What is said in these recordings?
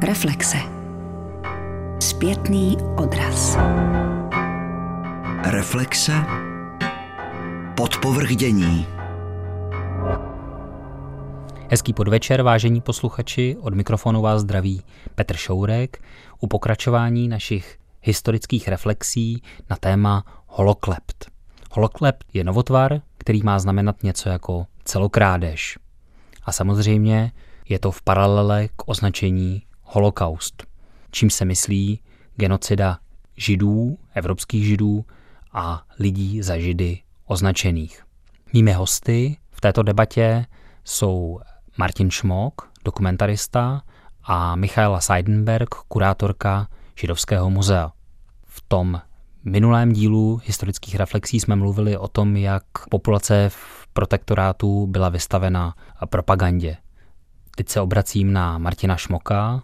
Reflexe. Zpětný odraz. Reflexe. Podpovrchdění. Hezký podvečer, vážení posluchači, od mikrofonu vás zdraví Petr Šourek u pokračování našich historických reflexí na téma holoklept. Holoklept je novotvar, který má znamenat něco jako celokrádež. A samozřejmě je to v paralele k označení holokaust, čím se myslí genocida židů, evropských židů a lidí za židy označených. Mými hosty v této debatě jsou Martin Šmok, dokumentarista, a Michaela Seidenberg, kurátorka Židovského muzea. V tom minulém dílu historických reflexí jsme mluvili o tom, jak populace v protektorátu byla vystavena propagandě. Teď se obracím na Martina Šmoka.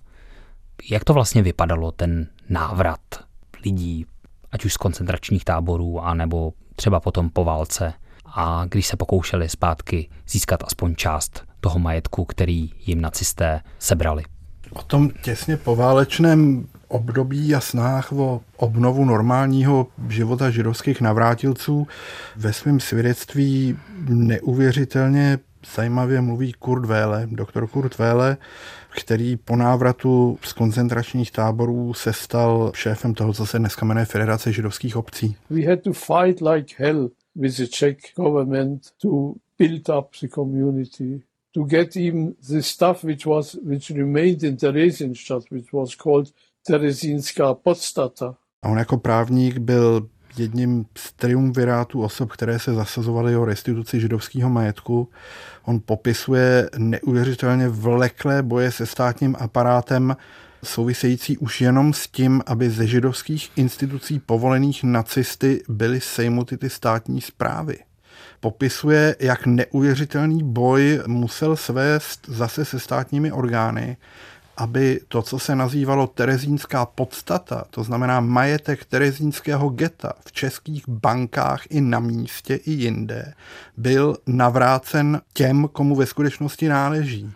Jak to vlastně vypadalo, ten návrat lidí, ať už z koncentračních táborů, anebo třeba potom po válce, a když se pokoušeli zpátky získat aspoň část toho majetku, který jim nacisté sebrali? O tom těsně poválečném období a snách o obnovu normálního života židovských navrátilců ve svém svědectví neuvěřitelně zajímavě mluví Kurt Welle, doktor Kurt Welle, který po návratu z koncentračních táborů se stal šéfem toho, co se dneska jmenuje Federace židovských obcí. We had to fight like hell with the Czech government to build up the community, to get even the stuff which remained in Theresienstadt, which was called Terezínská podstata. A on jako právník byl jedním z triumvirátů osob, které se zasazovaly o restituci židovského majetku. On popisuje neuvěřitelně vleklé boje se státním aparátem, související už jenom s tím, aby ze židovských institucí povolených nacisty byly sejmuty ty státní správy. Popisuje, jak neuvěřitelný boj musel svést zase se státními orgány, aby to, co se nazývalo terezínská podstata, to znamená majetek terezínského geta v českých bankách i na místě i jinde, byl navrácen těm, komu ve skutečnosti náleží.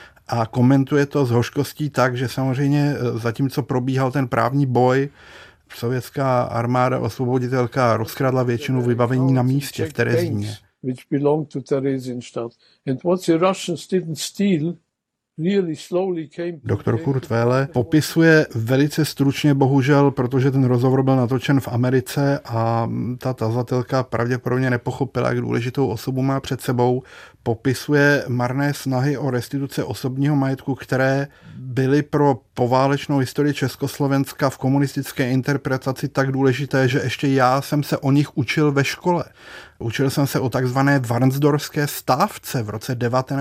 A komentuje to s hořkostí tak, že samozřejmě zatímco probíhal ten právní boj, sovětská armáda osvoboditelka rozkradla většinu vybavení na místě v Terezíně. Doktor Kurt Welle popisuje velice stručně, bohužel, protože ten rozhovor byl natočen v Americe a ta tazatelka pravděpodobně nepochopila, jak důležitou osobu má před sebou. Popisuje marné snahy o restituce osobního majetku, které byly pro poválečnou historii Československa v komunistické interpretaci tak důležité, že ještě já jsem se o nich učil ve škole. Učil jsem se o takzvané Varnsdorfské stávce v roce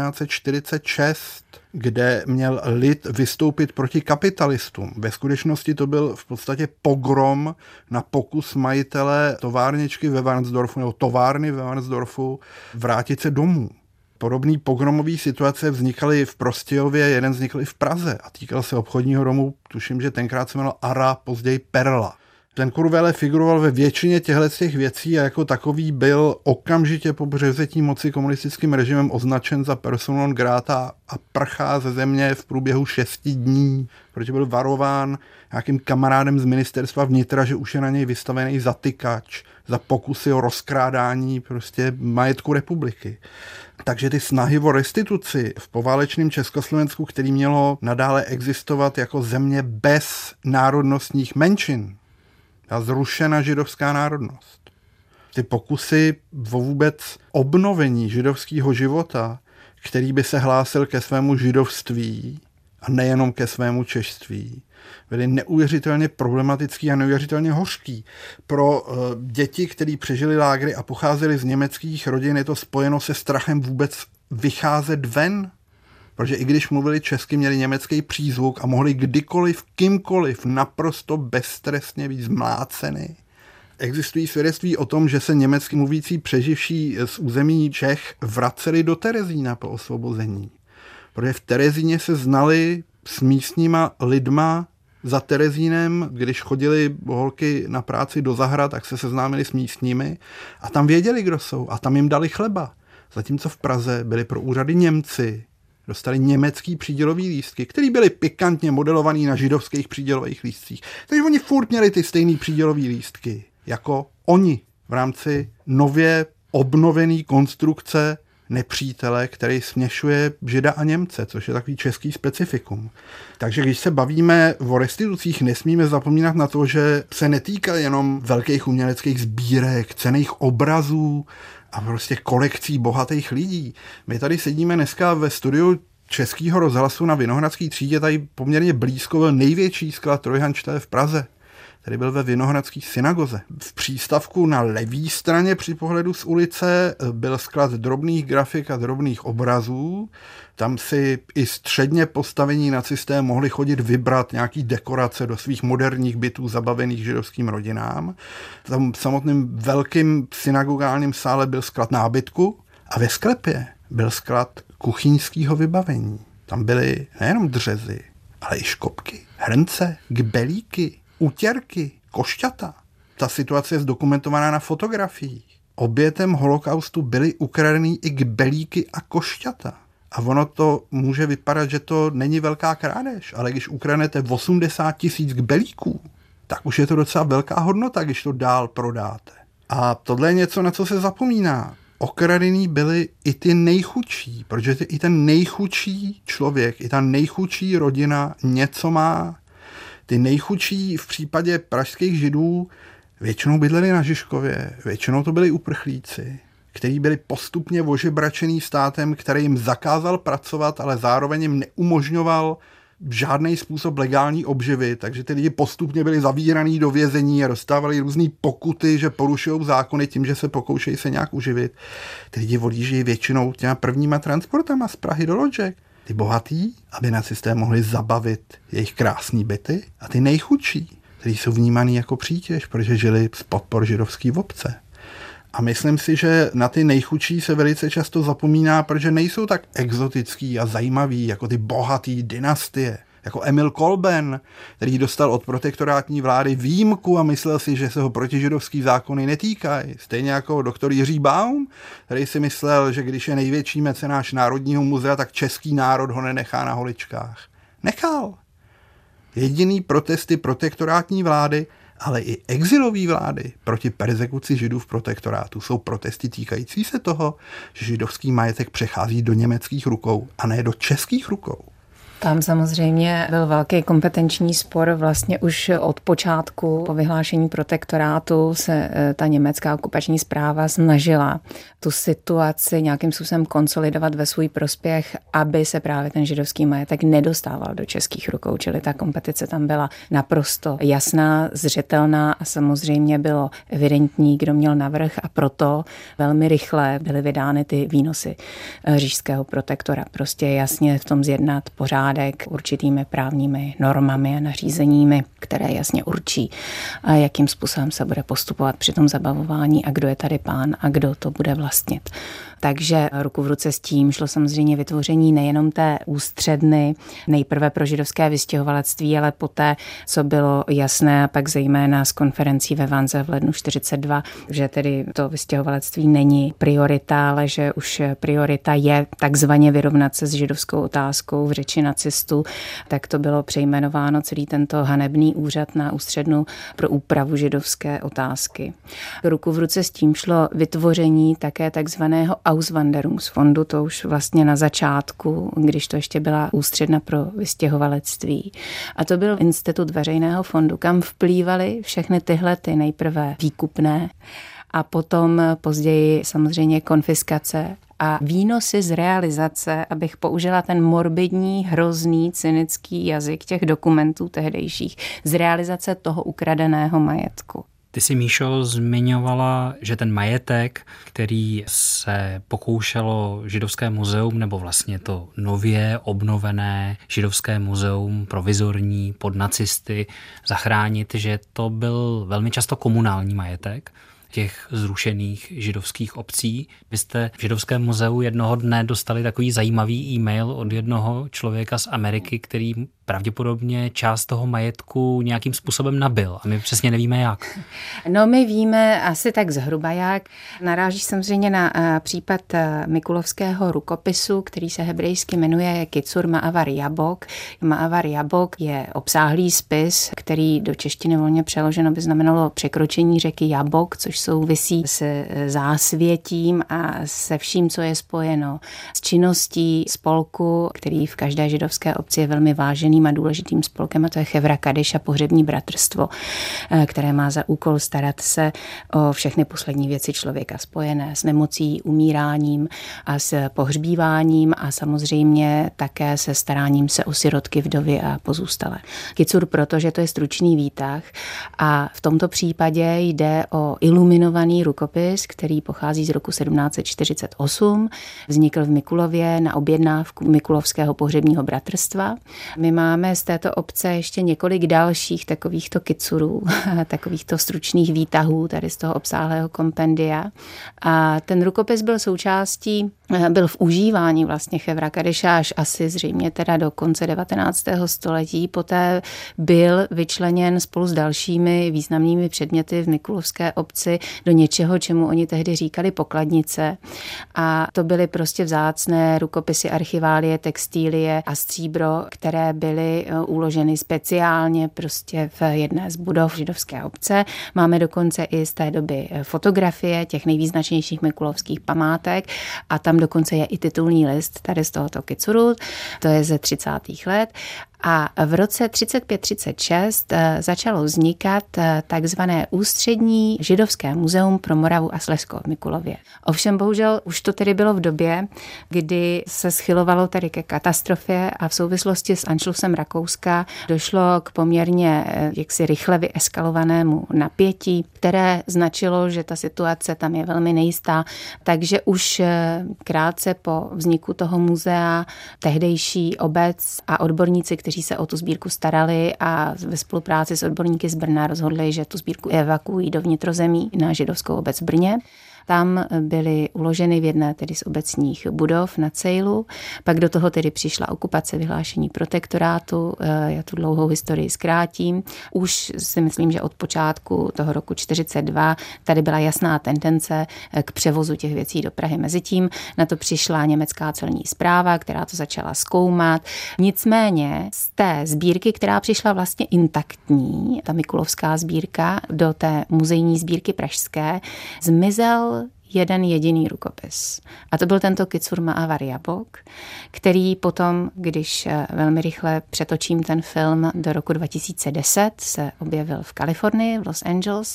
1946, kde měl lid vystoupit proti kapitalistům. Ve skutečnosti to byl v podstatě pogrom na pokus majitele továrničky ve Varnsdorfu nebo továrny ve Varnsdorfu vrátit se domů. Podobné pogromové situace vznikaly v Prostějově, jeden vznikl i v Praze a týkal se obchodního domu, tuším, že tenkrát se jmenoval Ara, později Perla. Ten Kurt Welle figuroval ve většině těchto věcí a jako takový byl okamžitě po převzetí moci komunistickým režimem označen za persona non grata a prchá ze země v průběhu 6 dní, protože byl varován nějakým kamarádem z ministerstva vnitra, že už je na něj vystavený zatykač za pokusy o rozkrádání prostě majetku republiky. Takže ty snahy o restituci v poválečném Československu, který mělo nadále existovat jako země bez národnostních menšin, a zrušena židovská národnost. Ty pokusy o vůbec obnovení židovského života, který by se hlásil ke svému židovství a nejenom ke svému češství, byly neuvěřitelně problematický a neuvěřitelně hořký. Pro děti, které přežili lágry a pocházeli z německých rodin, je to spojeno se strachem vůbec vycházet ven, protože i když mluvili česky, měli německý přízvuk a mohli kdykoliv, kýmkoliv naprosto beztrestně být zmláceny. Existují svědectví o tom, že se německy mluvící přeživší z území Čech vraceli do Terezína po osvobození. Protože v Terezíně se znali s místníma lidma za Terezínem, když chodili holky na práci do zahrad, tak se seznámili s místními a tam věděli, kdo jsou a tam jim dali chleba. Zatímco v Praze byli pro úřady Němci, dostali německý přídělový lístky, které byly pikantně modelovaný na židovských přídělových lístcích. Takže oni furt měli ty stejný přídělový lístky, jako oni v rámci nově obnovené konstrukce nepřítele, který směšuje Žida a Němce, což je takový český specifikum. Takže když se bavíme o restitucích, nesmíme zapomínat na to, že se netýká jenom velkých uměleckých sbírek, cenných obrazů a prostě kolekcí bohatých lidí. My tady sedíme dneska ve studiu Českého rozhlasu na Vinohradské třídě, tady poměrně blízko byl největší sklad Trojhanštele v Praze. Tady byl ve Vinohradské synagoze. V přístavku na levé straně při pohledu z ulice byl sklad drobných grafik a drobných obrazů. Tam si i středně postavení nacisté mohli chodit vybrat nějaký dekorace do svých moderních bytů zabavených židovským rodinám. Tam v samotném velkým synagogálním sále byl sklad nábytku a ve sklepě byl sklad kuchyňského vybavení. Tam byly nejenom dřezy, ale i škopky, hrnce, kbelíky, utěrky, košťata. Ta situace je zdokumentovaná na fotografiích. Obětem holokaustu byly ukradený i kbelíky a košťata. A ono to může vypadat, že to není velká krádež, ale když ukradnete 80 000 kbelíků, tak už je to docela velká hodnota, když to dál prodáte. A tohle je něco, na co se zapomíná. Okradený byli i ty nejchudší, protože i ten nejchudší člověk, i ta nejchudší rodina něco má. Ty nejchudší v případě pražských Židů většinou bydleli na Žižkově, většinou to byli uprchlíci, kteří byli postupně ožebračený státem, který jim zakázal pracovat, ale zároveň jim neumožňoval žádný způsob legální obživy, takže ty lidi postupně byli zavíraný do vězení a dostávali různý pokuty, že porušují zákony tím, že se pokoušejí se nějak uživit. Ty lidi odjíždějí většinou těma prvníma transportama z Prahy do Lodžek. Ty bohatý, aby nacisté mohli zabavit jejich krásný byty, a ty nejchudší, kteří jsou vnímaný jako přítěž, protože žili z podpor židovský obce. A myslím si, že na ty nejchudší se velice často zapomíná, protože nejsou tak exotický a zajímavý jako ty bohatý dynastie. Jako Emil Kolben, který dostal od protektorátní vlády výjimku a myslel si, že se ho protižidovský zákony netýkají. Stejně jako doktor Jiří Baum, který si myslel, že když je největší mecenáš Národního muzea, tak český národ ho nenechá na holičkách. Nechal. Jediný protesty protektorátní vlády, ale i exilové vlády proti perzekuci Židů v protektorátu jsou protesty týkající se toho, že židovský majetek přechází do německých rukou a ne do českých rukou. Tam samozřejmě byl velký kompetenční spor. Vlastně už od počátku po vyhlášení protektorátu se ta německá okupační správa snažila tu situaci nějakým způsobem konsolidovat ve svůj prospěch, aby se právě ten židovský majetek nedostával do českých rukou. Čili ta kompetice tam byla naprosto jasná, zřetelná a samozřejmě bylo evidentní, kdo měl navrch, a proto velmi rychle byly vydány ty výnosy říšského protektora. Prostě jasně v tom zjednat pořád určitými právními normami a nařízeními, které jasně určí, jakým způsobem se bude postupovat při tom zabavování a kdo je tady pán a kdo to bude vlastnit. Takže ruku v ruce s tím šlo samozřejmě vytvoření nejenom té ústředny, nejprve pro židovské vystěhovalectví, ale poté, co bylo jasné, a pak zejména z konferencí ve Vanze v lednu 1942, že tedy to vystěhovalectví není priorita, ale že už priorita je takzvaně vyrovnat se s židovskou otázkou v řeči nacistů, tak to bylo přejmenováno celý tento hanebný úřad na ústřednu pro úpravu židovské otázky. Ruku v ruce s tím šlo vytvoření také takzvaného Auswanderungsfondu, to už vlastně na začátku, když to ještě byla ústředna pro vystěhovalectví. A to byl institut veřejného fondu, kam vplývaly všechny tyhle ty nejprve výkupné a potom později samozřejmě konfiskace a výnosy z realizace, abych použila ten morbidní, hrozný, cynický jazyk těch dokumentů tehdejších, z realizace toho ukradeného majetku. Ty jsi, Míšo, zmiňovala, že ten majetek, který se pokoušelo Židovské muzeum, nebo vlastně to nově obnovené Židovské muzeum provizorní pod nacisty zachránit, že to byl velmi často komunální majetek těch zrušených židovských obcí. Vy jste v Židovském muzeu jednoho dne dostali takový zajímavý e-mail od jednoho člověka z Ameriky, který pravděpodobně část toho majetku nějakým způsobem nabyl a my přesně nevíme jak. No my víme asi tak zhruba jak. Narážíš samozřejmě na případ mikulovského rukopisu, který se hebrejsky jmenuje Kitzur Ma'avar Jabok. Ma'avar Jabok je obsáhlý spis, který do češtiny volně přeloženo by znamenalo překročení řeky Jabok, což souvisí se zásvětím a se vším, co je spojeno s činností spolku, který v každé židovské obci je velmi váženým a důležitým spolkem, a to je Chevra Kadiš a pohřební bratrstvo, které má za úkol starat se o všechny poslední věci člověka spojené s nemocí, umíráním a s pohřbíváním a samozřejmě také se staráním se o sirotky, vdovy a pozůstalé. Kicur, protože to je stručný výtah a v tomto případě jde o iluminovaný rukopis, který pochází z roku 1748, vznikl v Mikulově na objednávku Mikulovského pohřebního bratrstva. My máme z této obce ještě několik dalších takovýchto kicurů, takovýchto stručných výtahů tady z toho obsáhlého kompendia. A ten rukopis byl součástí, byl v užívání vlastně Chevra Kadiša až asi zřejmě teda do konce 19. století. Poté byl vyčleněn spolu s dalšími významnými předměty v Mikulovské obci do něčeho, čemu oni tehdy říkali pokladnice. A to byly prostě vzácné rukopisy, archiválie, textílie a stříbro, které byly uloženy speciálně prostě v jedné z budov židovské obce. Máme dokonce i z té doby fotografie těch nejvýznačnějších mikulovských památek a tam dokonce je i titulní list tady z tohoto kicuru, to je ze 30. let. A v roce 35-36 začalo vznikat takzvané ústřední židovské muzeum pro Moravu a Slezsko v Mikulově. Ovšem bohužel už to tedy bylo v době, kdy se schylovalo tady ke katastrofě a v souvislosti s Anschlussem Rakouska došlo k poměrně jaksi rychle vyeskalovanému napětí, které značilo, že ta situace tam je velmi nejistá, takže už krátce po vzniku toho muzea tehdejší obec a odborníci, kteří se o tu sbírku starali a ve spolupráci s odborníky z Brna rozhodli, že tu sbírku evakuují do vnitrozemí na židovskou obec v Brně. Tam byly uloženy v jedné tedy z obecních budov na Cejlu. Pak do toho tedy přišla okupace, vyhlášení protektorátu. Já tu dlouhou historii zkrátím. Už si myslím, že od počátku toho roku 42 tady byla jasná tendence k převozu těch věcí do Prahy. Mezitím na to přišla německá celní správa, která to začala zkoumat. Nicméně z té sbírky, která přišla vlastně intaktní, ta mikulovská sbírka, do té muzejní sbírky pražské, zmizel jeden jediný rukopis. A to byl tento Kitzur Ma'avar Jabok, který potom, když velmi rychle přetočím ten film do roku 2010, se objevil v Kalifornii, v Los Angeles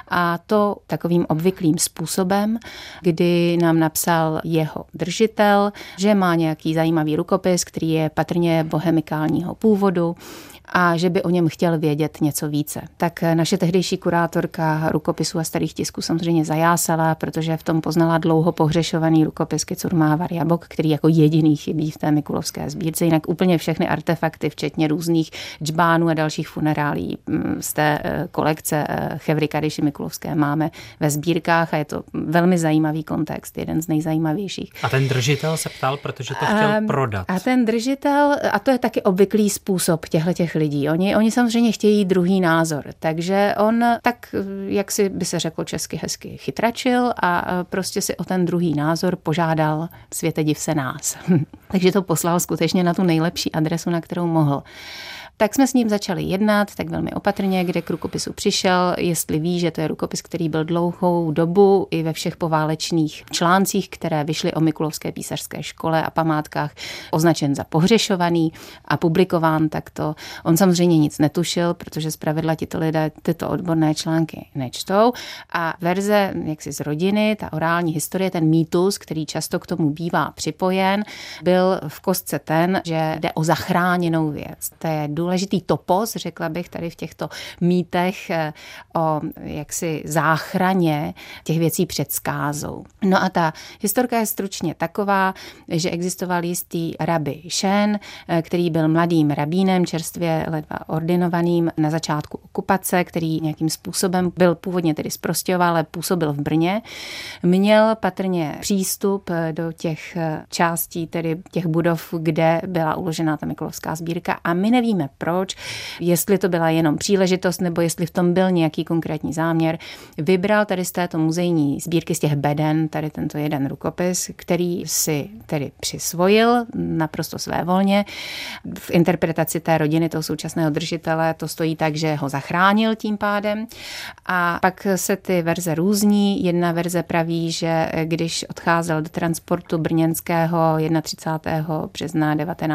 a to takovým obvyklým způsobem, kdy nám napsal jeho držitel, že má nějaký zajímavý rukopis, který je patrně bohemikálního původu, a že by o něm chtěl vědět něco více. Tak naše tehdejší kurátorka rukopisů a starých tisků samozřejmě zajásala, protože v tom poznala dlouho pohřešovaný rukopis Kitzur Ma'avar Jabok, který jako jediný chybí v té mikulovské sbírce. Jinak úplně všechny artefakty, včetně různých džbánů a dalších funerálí z té kolekce Chevry Kadiši mikulovské máme ve sbírkách a je to velmi zajímavý kontext, jeden z nejzajímavějších. A ten držitel se ptal, protože to chtěl prodat. A ten držitel, a to je taky obvyklý způsob těch lidí. Oni samozřejmě chtějí druhý názor, takže on tak, jak si by se řeklo česky hezky, chytračil a prostě si o ten druhý názor požádal světe div se nás. Takže to poslal skutečně na tu nejlepší adresu, na kterou mohl. Tak jsme s ním začali jednat, tak velmi opatrně, kde k rukopisu přišel, jestli ví, že to je rukopis, který byl dlouhou dobu i ve všech poválečných článcích, které vyšly o Mikulovské písařské škole a památkách, označen za pohřešovaný a publikován takto. On samozřejmě nic netušil, protože zpravidla tito lidé tyto odborné články nečtou a verze jaksi z rodiny, ta orální historie, ten mýtus, který často k tomu bývá připojen, byl v kostce ten, že jde o zachráněnou věc. To je důležitý topos, řekla bych, tady v těchto mýtech o jaksi záchraně těch věcí před zkázou. No a ta historka je stručně taková, že existoval jistý rabi Šen, který byl mladým rabínem, čerstvě ledva ordinovaným na začátku okupace, který nějakým způsobem byl původně tedy z Prostějova, ale působil v Brně. Měl patrně přístup do těch částí, tedy těch budov, kde byla uložená ta Mikulovská sbírka a my nevíme proč, jestli to byla jenom příležitost, nebo jestli v tom byl nějaký konkrétní záměr. Vybral tady z této muzejní sbírky, z těch beden, tady tento jeden rukopis, který si tedy přisvojil naprosto svévolně. V interpretaci té rodiny, toho současného držitele, to stojí tak, že ho zachránil tím pádem. A pak se ty verze různí. Jedna verze praví, že když odcházel do transportu brněnského 31. března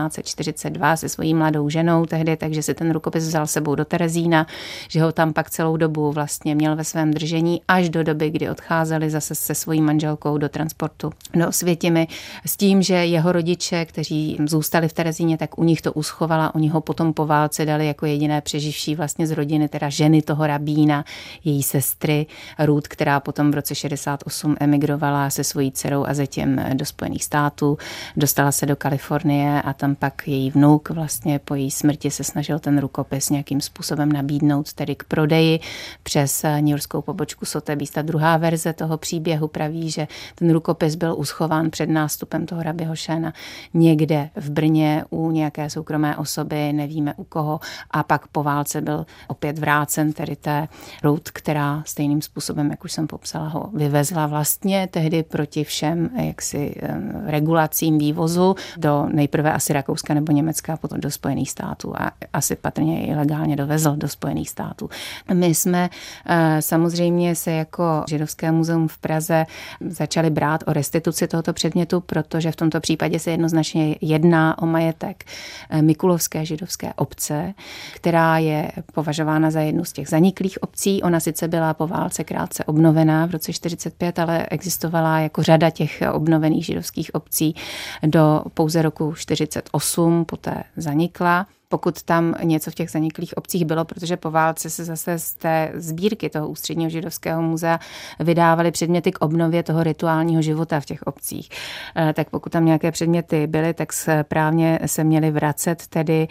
1942 se svojí mladou ženou tehdy, takže si ten rukopis vzal sebou do Terezína, že ho tam pak celou dobu vlastně měl ve svém držení až do doby, kdy odcházeli zase se svojí manželkou do transportu do Osvětimi s tím, že jeho rodiče, kteří zůstali v Terezíně, tak u nich to uschovala, oni ho potom po válce dali jako jediné přeživší vlastně z rodiny, teda ženy toho rabína, její sestry Ruth, která potom v roce 68 emigrovala se svojí dcerou a zetěm do Spojených států, dostala se do Kalifornie a tam pak její vnuk vlastně po její smrti se snažil ten rukopis nějakým způsobem nabídnout tedy k prodeji přes newyorskou pobočku Sotheby's. Ta druhá verze toho příběhu praví, že ten rukopis byl uschován před nástupem toho rabiho Šena někde v Brně u nějaké soukromé osoby, nevíme u koho, a pak po válce byl opět vrácen tedy té Ruth, která stejným způsobem, jak už jsem popsala, ho vyvezla vlastně tehdy proti všem jaksi regulacím vývozu do nejprve asi Rakouska nebo Německa, potom do Spojených států a asi patrně ilegálně dovezl do Spojených států. My jsme samozřejmě se jako Židovské muzeum v Praze začali brát o restituci tohoto předmětu, protože v tomto případě se jednoznačně jedná o majetek Mikulovské židovské obce, která je považována za jednu z těch zaniklých obcí. Ona sice byla po válce krátce obnovená v roce 45, ale existovala jako řada těch obnovených židovských obcí do pouze roku 48, poté zanikla. Pokud tam něco v těch zaniklých obcích bylo, protože po válce se zase z té sbírky toho Ústředního židovského muzea vydávaly předměty k obnově toho rituálního života v těch obcích. Tak pokud tam nějaké předměty byly, tak správně se měly vracet tedy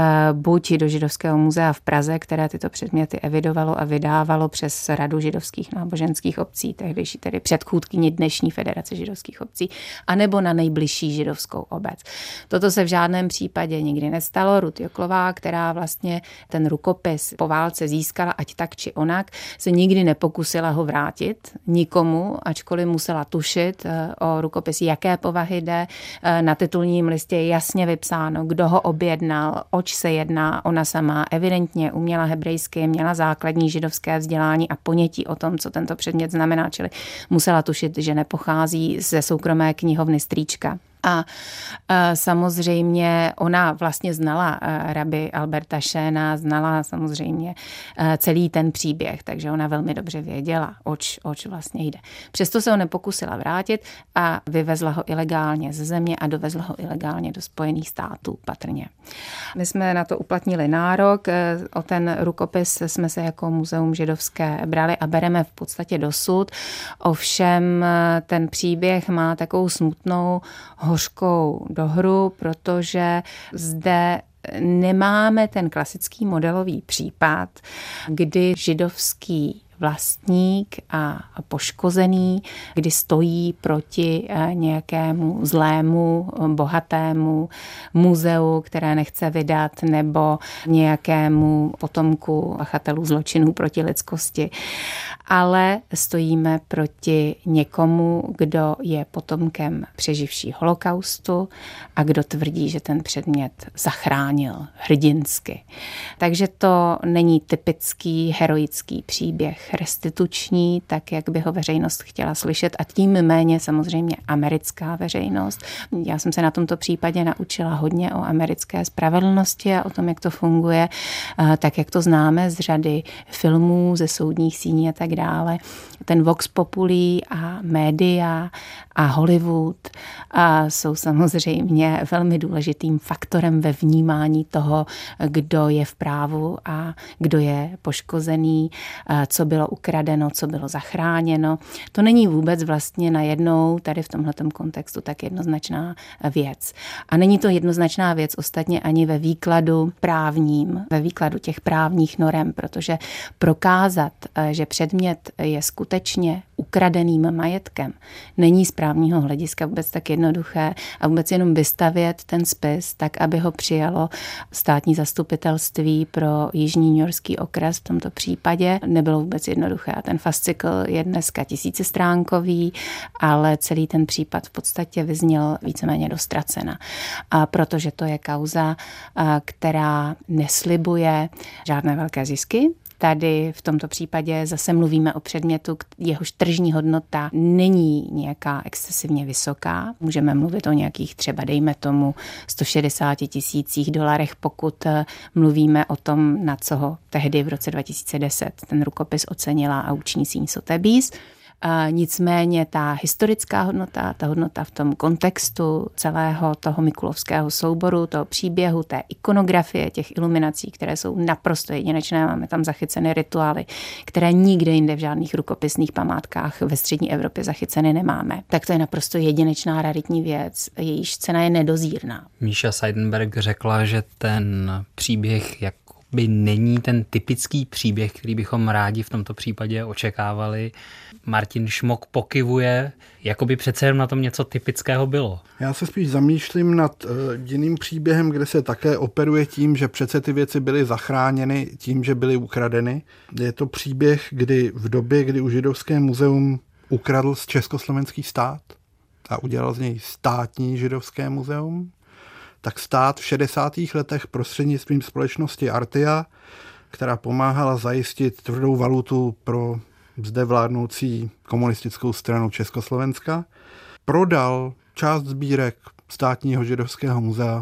buď do Židovského muzea v Praze, které tyto předměty evidovalo a vydávalo přes Radu židovských náboženských obcí, tehdejší tedy předchůdkyni dnešní Federace židovských obcí, anebo na nejbližší židovskou obec. Toto se v žádném případě nikdy nestalo. Ruth Joklová, která vlastně ten rukopis po válce získala, ať tak či onak, se nikdy nepokusila ho vrátit nikomu, ačkoliv musela tušit o rukopis, jaké povahy jde. Na titulním listě je jasně vypsáno, kdo ho objednal, oč se jedná. Ona sama evidentně uměla hebrejsky, měla základní židovské vzdělání a ponětí o tom, co tento předmět znamená, čili musela tušit, že nepochází ze soukromé knihovny strýčka. A samozřejmě ona vlastně znala rabi Alberta Šéna, znala samozřejmě celý ten příběh, takže ona velmi dobře věděla, oč vlastně jde. Přesto se ho nepokusila vrátit a vyvezla ho ilegálně ze země a dovezla ho ilegálně do Spojených států patrně. My jsme na to uplatnili nárok, o ten rukopis jsme se jako muzeum židovské brali a bereme v podstatě dosud. Ovšem ten příběh má takovou smutnou hořkou dohru, protože zde nemáme ten klasický modelový případ, kdy židovský vlastník a poškozený, kdy stojí proti nějakému zlému, bohatému muzeu, které nechce vydat, nebo nějakému potomku pachatelů zločinů proti lidskosti. Ale stojíme proti někomu, kdo je potomkem přeživší holokaustu a kdo tvrdí, že ten předmět zachránil hrdinsky. Takže to není typický heroický příběh příběh restituční, tak jak by ho veřejnost chtěla slyšet a tím méně samozřejmě americká veřejnost. Já jsem se na tomto případě naučila hodně o americké spravedlnosti a o tom, jak to funguje, tak jak to známe z řady filmů, ze soudních síní a tak dále. Ten Vox Populi a média a Hollywood jsou samozřejmě velmi důležitým faktorem ve vnímání toho, kdo je v právu a kdo je poškozený, co bylo ukradeno, co bylo zachráněno. To není vůbec vlastně najednou tady v tomhletom kontextu tak jednoznačná věc. A není to jednoznačná věc ostatně ani ve výkladu právním, ve výkladu těch právních norem, protože prokázat, že předmět je skutečně ukradeným majetkem, není z právního hlediska vůbec tak jednoduché a vůbec jenom vystavět ten spis tak, aby ho přijalo státní zastupitelství pro jižní newyorský okres v tomto případě, nebylo vůbec jednoduché. A ten fascikl je dneska 1000stránkový, ale celý ten případ v podstatě vyzněl víceméně do ztracena. A protože to je kauza, která neslibuje žádné velké zisky. Tady v tomto případě zase mluvíme o předmětu, jehož tržní hodnota není nějaká excesivně vysoká. Můžeme mluvit o nějakých třeba, dejme tomu, $160,000, pokud mluvíme o tom, na co ho tehdy v roce 2010 ten rukopis ocenila aukční síň Sotheby's. Nicméně ta historická hodnota, ta hodnota v tom kontextu celého toho mikulovského souboru, toho příběhu, té ikonografie, těch iluminací, které jsou naprosto jedinečné, máme tam zachyceny rituály, které nikde jinde v žádných rukopisných památkách ve střední Evropě zachyceny nemáme. Tak to je naprosto jedinečná raritní věc, jejíž cena je nedozírná. Míša Seidenberg řekla, že ten příběh jakoby není ten typický příběh, který bychom rádi v tomto případě očekávali. Martin Šmok pokyvuje, jako by přece jen na tom něco typického bylo. Já se spíš zamýšlím nad jiným příběhem, kde se také operuje tím, že přece ty věci byly zachráněny tím, že byly ukradeny. Je to příběh, kdy v době, kdy už Židovské muzeum ukradl z československý stát a udělal z něj státní židovské muzeum, tak stát v 60. letech prostřednictvím společnosti Artia, která pomáhala zajistit tvrdou valutu pro zde vládnoucí komunistickou stranu Československa, prodal část sbírek státního židovského muzea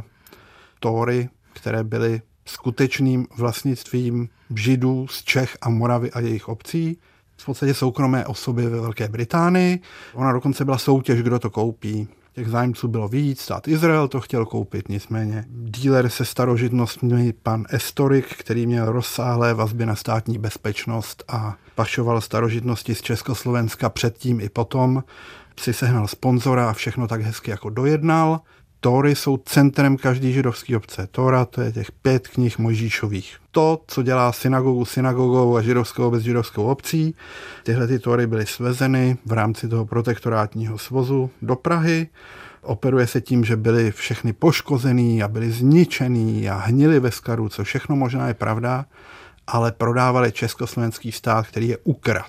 Tóry, které byly skutečným vlastnictvím Židů z Čech a Moravy a jejich obcí, v podstatě soukromé osoby ve Velké Británii. Ona dokonce byla soutěž, kdo to koupí. Těch zájemců bylo víc, stát Izrael to chtěl koupit, nicméně díler se starožitnostmi pan Estorik, který měl rozsáhlé vazby na státní bezpečnost a pašoval starožitnosti z Československa předtím i potom, si sehnal sponzora a všechno tak hezky jako dojednal. Tóry jsou centrem každý židovský obce. Tóra, to je těch 5 knih Mojžíšových. To, co dělá synagogu synagogou a židovskou obec židovskou obcí, tyhle ty tóry byly svezeny v rámci toho protektorátního svozu do Prahy. Operuje se tím, že byly všechny poškozený a byly zničený a hnily ve skladu, co všechno možná je pravda, ale prodávali československý stát, který je ukradl.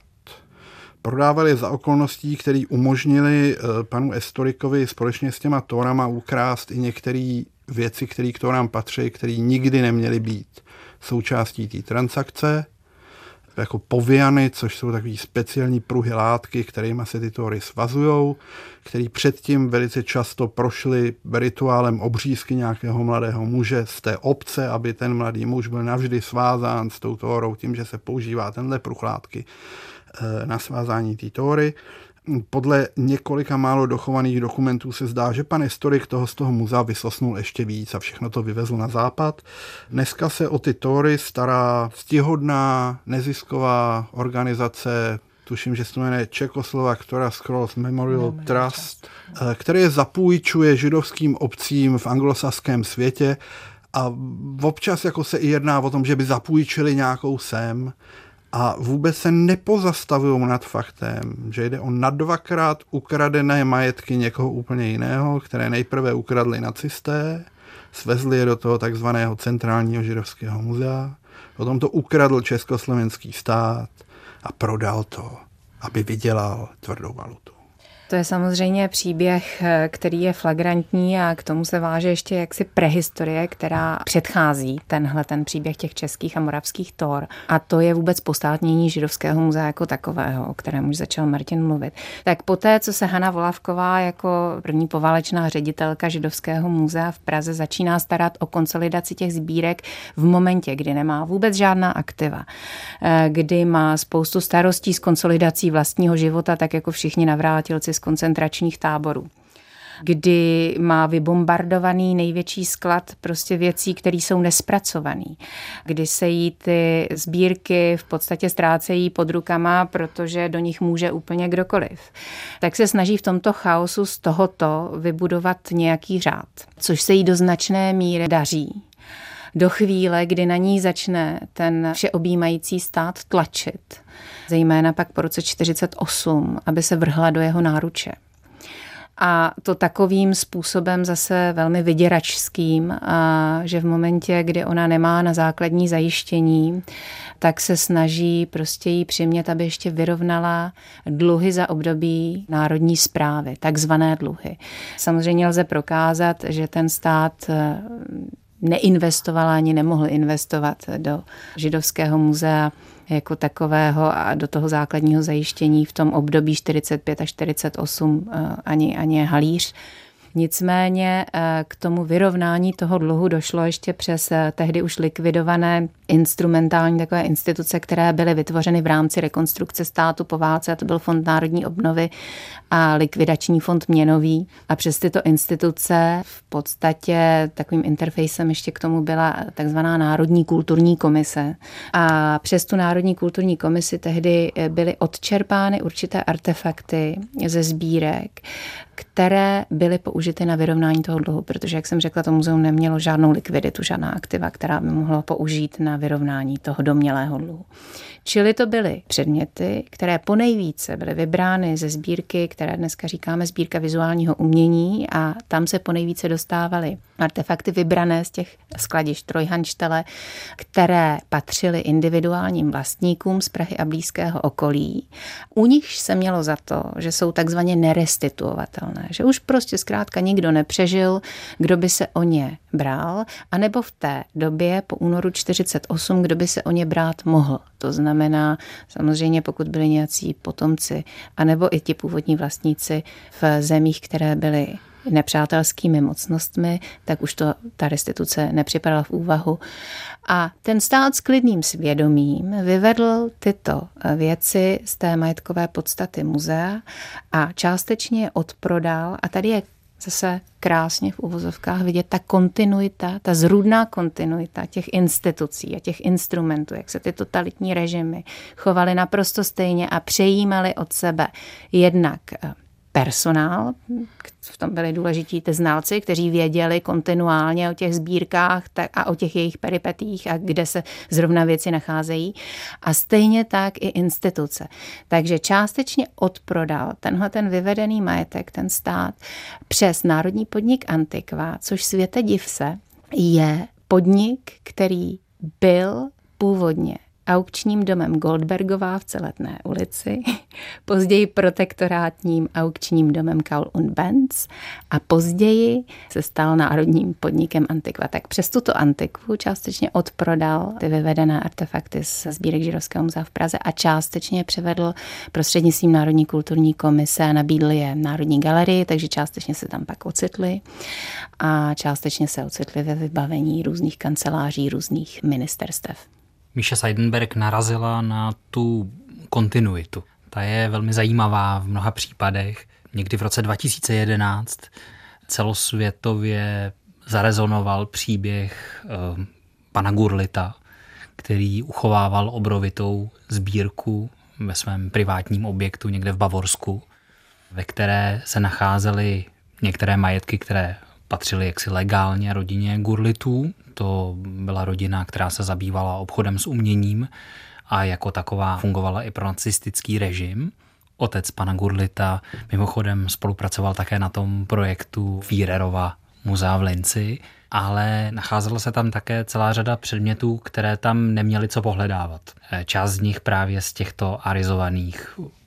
Prodávali za okolností, které umožnili panu Estorikovi společně s těma tórama ukrást i některé věci, které k tórám patří, které nikdy neměly být součástí té transakce, jako poviany, což jsou takový speciální pruhy látky, kterými se ty tóry svazujou, který předtím velice často prošly rituálem obřízky nějakého mladého muže z té obce, aby ten mladý muž byl navždy svázán s tou tórou tím, že se používá tenhle pruh látky na svázání té tóry. Podle několika málo dochovaných dokumentů se zdá, že pan Estorik toho z toho muzea vysosnul ještě víc a všechno to vyvezl na západ. Dneska se o ty tóry stará ctihodná nezisková organizace, tuším, že se to jmenuje Czechoslovak Scrolls Memorial Trust, které zapůjčuje židovským obcím v anglosaském světě a občas jako se i jedná o tom, že by zapůjčili nějakou sem. A vůbec se nepozastavují nad faktem, že jde o na 2krát ukradené majetky někoho úplně jiného, které nejprve ukradli nacisté, svezli je do toho takzvaného centrálního židovského muzea, potom to ukradl československý stát a prodal to, aby vydělal tvrdou valutu. To je samozřejmě příběh, který je flagrantní a k tomu se váže ještě jaksi prehistorie, která předchází ten příběh těch českých a moravských tor. A to je vůbec postátnění Židovského muzea jako takového, o kterém už začal Martin mluvit. Tak poté, co se Hana Volavková jako první poválečná ředitelka Židovského muzea v Praze začíná starat o konsolidaci těch sbírek v momentě, kdy nemá vůbec žádná aktiva, kdy má spoustu starostí s konsolidací vlastního života, tak jako všichni navrátilci z koncentračních táborů, kdy má vybombardovaný největší sklad prostě věcí, které jsou nespracovaný, kdy se jí ty sbírky v podstatě ztrácejí pod rukama, protože do nich může úplně kdokoliv. Tak se snaží v tomto chaosu z tohoto vybudovat nějaký řád, což se jí do značné míry daří. Do chvíle, kdy na ní začne ten všeobjímající stát tlačit, zejména pak po roce 1948, aby se vrhla do jeho náruče. A to takovým způsobem zase velmi vyděračským, že v momentě, kdy ona nemá na základní zajištění, tak se snaží prostě jí přimět, aby ještě vyrovnala dluhy za období národní správy, takzvané dluhy. Samozřejmě lze prokázat, že ten stát neinvestoval ani nemohl investovat do Židovského muzea jako takového a do toho základního zajištění v tom období 45 až 48 ani halíř. Nicméně k tomu vyrovnání toho dluhu došlo ještě přes tehdy už likvidované instrumentální takové instituce, které byly vytvořeny v rámci rekonstrukce státu po válce, a to byl Fond národní obnovy a likvidační fond měnový. A přes tyto instituce v podstatě takovým interfejsem ještě k tomu byla takzvaná Národní kulturní komise. A přes tu Národní kulturní komisi tehdy byly odčerpány určité artefakty ze sbírek, které byly použity na vyrovnání toho dluhu, protože, jak jsem řekla, to muzeum nemělo žádnou likviditu, žádná aktiva, která by mohla použít na vyrovnání toho domnělého dluhu. Čili to byly předměty, které ponejvíce byly vybrány ze sbírky, které dneska říkáme sbírka vizuálního umění, a tam se ponejvíce dostávaly artefakty vybrané z těch skladišť Trojhanštele, které patřily individuálním vlastníkům z Prahy a blízkého okolí. U nich se mělo za to, že jsou takzvaně nerestituovatelné, že už prostě zkrátka nikdo nepřežil, kdo by se o ně bral, anebo v té době po únoru 1948, kdo by se o ně brát mohl. To znamená, samozřejmě pokud byli nějací potomci, anebo i ti původní vlastníci v zemích, které byly nepřátelskými mocnostmi, tak už ta restituce nepřipadala v úvahu. A ten stát s klidným svědomím vyvedl tyto věci z té majetkové podstaty muzea a částečně je odprodal. A tady je zase krásně v uvozovkách vidět ta kontinuita, ta zrůdná kontinuita těch institucí a těch instrumentů, jak se ty totalitní režimy chovaly naprosto stejně a přejímaly od sebe jednak personál, v tom byli důležití ty znalci, kteří věděli kontinuálně o těch sbírkách a o těch jejich peripetích a kde se zrovna věci nacházejí. A stejně tak i instituce. Takže částečně odprodal ten vyvedený majetek, ten stát, přes Národní podnik Antiqua, což světe div se, je podnik, který byl původně aukčním domem Goldbergová v Celetné ulici, později protektorátním aukčním domem Kaul und Benz a později se stal národním podnikem Antiqua. Tak přes tuto Antiqu částečně odprodal ty vyvedené artefakty z sbírek Židovského muzea v Praze a částečně převedl prostřednictvím Národní kulturní komise a nabídl je Národní galerii, takže částečně se tam pak ocitli a částečně se ocitli ve vybavení různých kanceláří, různých ministerstev. Míša Seidenberg narazila na tu kontinuitu. Ta je velmi zajímavá v mnoha případech. Někdy v roce 2011 celosvětově zarezonoval příběh pana Gurlita, který uchovával obrovitou sbírku ve svém privátním objektu někde v Bavorsku, ve které se nacházely některé majetky, které patřily jaksi legálně rodině Gurlitů. To byla rodina, která se zabývala obchodem s uměním a jako taková fungovala i pro nacistický režim. Otec pana Gurlita mimochodem spolupracoval také na tom projektu Führerova muzea v Linci, ale nacházela se tam také celá řada předmětů, které tam neměly co pohledávat. Část z nich právě z těchto arizovaných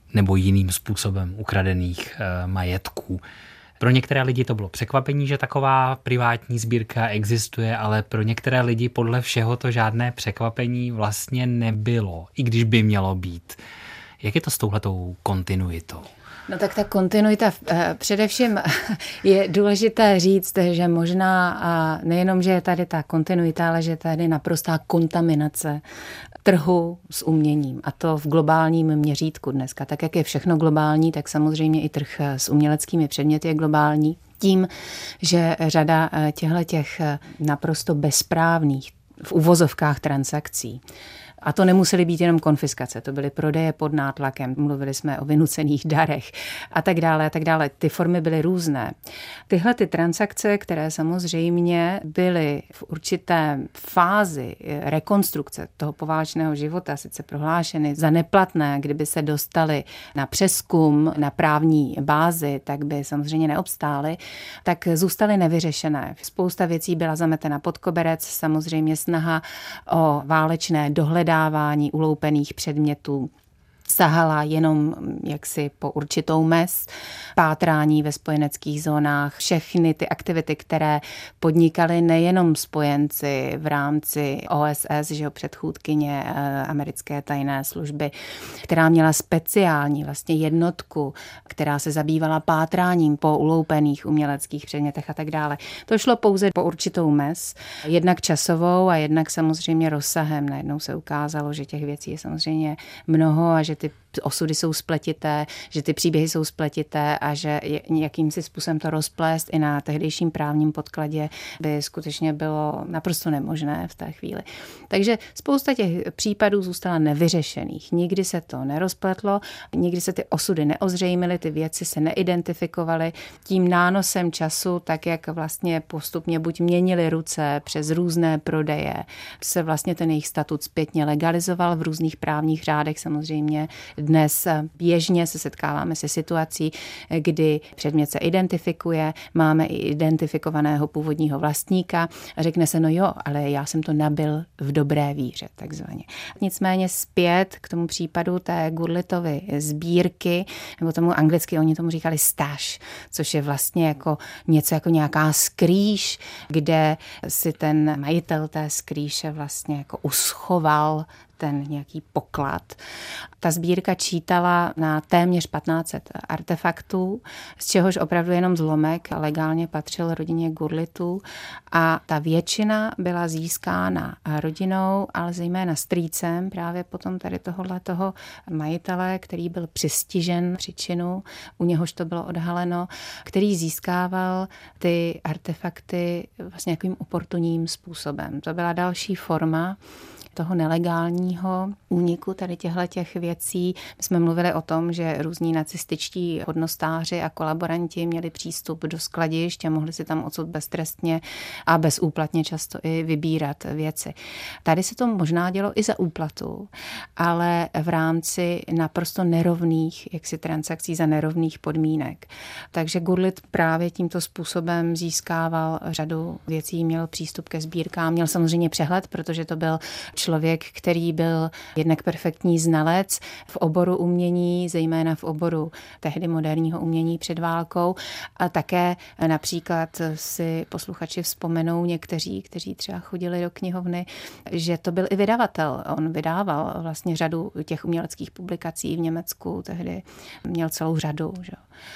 nebo jiným způsobem ukradených majetků. Pro některé lidi to bylo překvapení, že taková privátní sbírka existuje, ale pro některé lidi podle všeho to žádné překvapení vlastně nebylo, i když by mělo být. Jak je to s touhletou kontinuitou? No tak ta kontinuita, především je důležité říct, že možná nejenom, že je tady ta kontinuita, ale že je tady naprostá kontaminace trhu s uměním, a to v globálním měřítku dneska. Tak jak je všechno globální, tak samozřejmě i trh s uměleckými předměty je globální. Tím, že řada těch naprosto bezprávných v uvozovkách transakcí, a to nemusely být jenom konfiskace, to byly prodeje pod nátlakem, mluvili jsme o vynucených darech a tak dále, a tak dále. Ty formy byly různé. Tyhle ty transakce, které samozřejmě byly v určité fázi rekonstrukce toho poválečného života, sice prohlášeny za neplatné, kdyby se dostaly na přezkum, na právní bázi, tak by samozřejmě neobstály, tak zůstaly nevyřešené. Spousta věcí byla zametena pod koberec, samozřejmě snaha o válečné dohledání uloupených předmětů sahala jenom jaksi po určitou mez, pátrání ve spojeneckých zónách, všechny ty aktivity, které podnikali nejenom spojenci v rámci OSS, že jo, předchůdkyně americké tajné služby, která měla speciální vlastně jednotku, která se zabývala pátráním po uloupených uměleckých předmětech a tak dále. To šlo pouze po určitou mez, jednak časovou a jednak samozřejmě rozsahem. Najednou se ukázalo, že těch věcí je samozřejmě mnoho a že ty osudy jsou spletité, že ty příběhy jsou spletité a že jakýmsi způsobem to rozplést i na tehdejším právním podkladě by skutečně bylo naprosto nemožné v té chvíli. Takže spousta těch případů zůstala nevyřešených. Nikdy se to nerozpletlo, nikdy se ty osudy neozřejmily, ty věci se neidentifikovaly. Tím nánosem času, tak jak vlastně postupně buď měnili ruce přes různé prodeje, se vlastně ten jejich statut zpětně legalizoval v různých právních řádech samozřejmě. Dnes běžně se setkáváme se situací, kdy předmět se identifikuje, máme i identifikovaného původního vlastníka a řekne se, no jo, ale já jsem to nabyl v dobré víře, takzvaně. Nicméně zpět k tomu případu té Gurlitovy sbírky, nebo tomu anglicky oni tomu říkali stash, což je vlastně jako něco jako nějaká skrýš, kde si ten majitel té skrýše vlastně jako uschoval ten nějaký poklad. Ta sbírka čítala na téměř 1500 artefaktů, z čehož opravdu jenom zlomek legálně patřil rodině Gurlitů a ta většina byla získána rodinou, ale zejména strýcem právě potom tady tohohletoho majitele, který byl přistižen při činu, u něhož to bylo odhaleno, který získával ty artefakty vlastně nějakým oportunním způsobem. To byla další forma toho nelegálního úniku tady těch věcí. My jsme mluvili o tom, že různí nacističtí hodnostáři a kolaboranti měli přístup do skladišť a mohli si tam odsud beztrestně a bezúplatně často i vybírat věci. Tady se to možná dělo i za úplatu, ale v rámci naprosto nerovných jaksi transakcí za nerovných podmínek. Takže Gurlit právě tímto způsobem získával řadu věcí, měl přístup ke sbírkám, měl samozřejmě přehled, protože to byl člověk, který byl jednak perfektní znalec v oboru umění, zejména v oboru tehdy moderního umění před válkou. A také například si posluchači vzpomenou někteří, kteří třeba chodili do knihovny, že to byl i vydavatel. On vydával vlastně řadu těch uměleckých publikací v Německu, tehdy měl celou řadu. Že?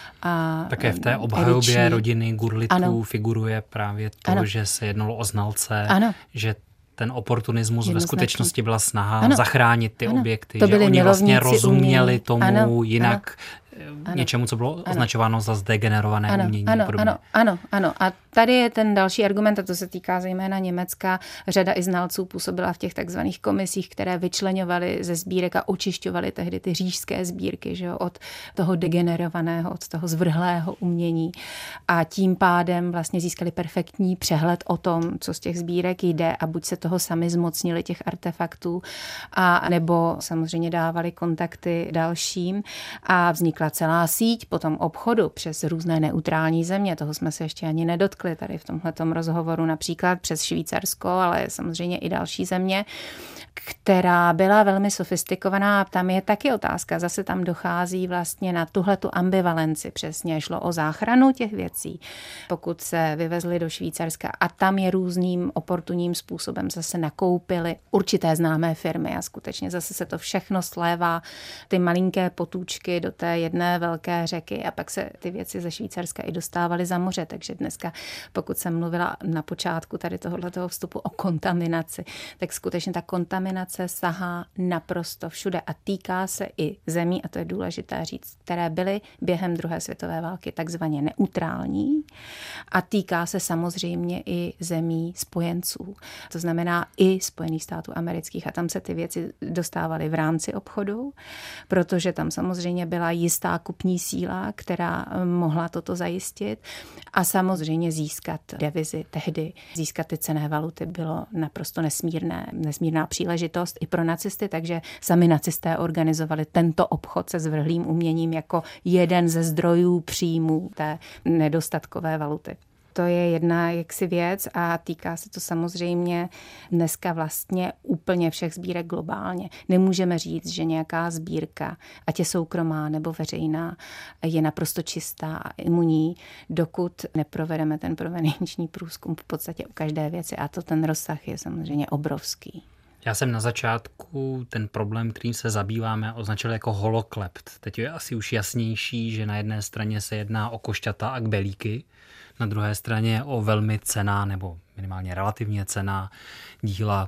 A také v té obhajobě rodiny Gurlitů figuruje právě to, že se jednalo o znalce, že ten oportunismus ve skutečnosti byla snaha zachránit ty objekty, že oni vlastně rozuměli tomu jinak něčemu, co bylo označováno za zdegenerované umění. Ano. A tady je ten další argument, a to se týká zejména Německa. Řada i znalců působila v těch takzvaných komisích, které vyčleňovaly ze sbírek a očišťovaly tehdy ty říšské sbírky, že jo, od toho degenerovaného, od toho zvrhlého umění. A tím pádem vlastně získali perfektní přehled o tom, co z těch sbírek jde, a buď se toho sami zmocnili těch artefaktů, a nebo samozřejmě dávali kontakty dalším a vznikla vznikla celá síť potom obchodu přes různé neutrální země, toho jsme se ještě ani nedotkli tady v tomhletom rozhovoru, například přes Švýcarsko, ale samozřejmě i další země, která byla velmi sofistikovaná. Tam je taky otázka, zase tam dochází vlastně na tuhletu ambivalenci. Přesně šlo o záchranu těch věcí, pokud se vyvezli do Švýcarska a tam je různým oportunním způsobem zase nakoupili určité známé firmy a skutečně zase se to všechno slévá, ty malinké potůčky do té jedné velké řeky a pak se ty věci ze Švýcarska i dostávaly za moře, takže dneska, pokud jsem mluvila na počátku tady tohoto vstupu o kontaminaci, tak skutečně ta kontaminace sahá naprosto všude a týká se i zemí, a to je důležité říct, které byly během druhé světové války takzvaně neutrální a týká se samozřejmě i zemí spojenců. To znamená i Spojených států amerických a tam se ty věci dostávaly v rámci obchodu, protože tam samozřejmě byla jistá kupní síla, která mohla toto zajistit a samozřejmě získat devizy tehdy, získat ty cenné valuty bylo naprosto nesmírná příležitost i pro nacisty, takže sami nacisté organizovali tento obchod se zvrhlým uměním jako jeden ze zdrojů příjmů té nedostatkové valuty. To je jedna jaksi věc a týká se to samozřejmě dneska vlastně úplně všech sbírek globálně. Nemůžeme říct, že nějaká sbírka, ať je soukromá nebo veřejná, je naprosto čistá a imunní, dokud neprovedeme ten provenienční průzkum v podstatě u každé věci a to ten rozsah je samozřejmě obrovský. Já jsem na začátku ten problém, kterým se zabýváme, označil jako holoklept. Teď je asi už jasnější, že na jedné straně se jedná o košťata a kbelíky, na druhé straně o velmi cenná nebo minimálně relativně cenná díla,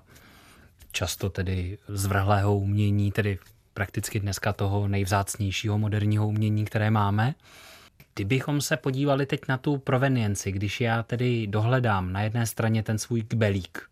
často tedy zvrhlého umění, tedy prakticky dneska toho nejvzácnějšího moderního umění, které máme. Kdybychom se podívali teď na tu provenienci, když já tedy dohledám na jedné straně ten svůj kbelík,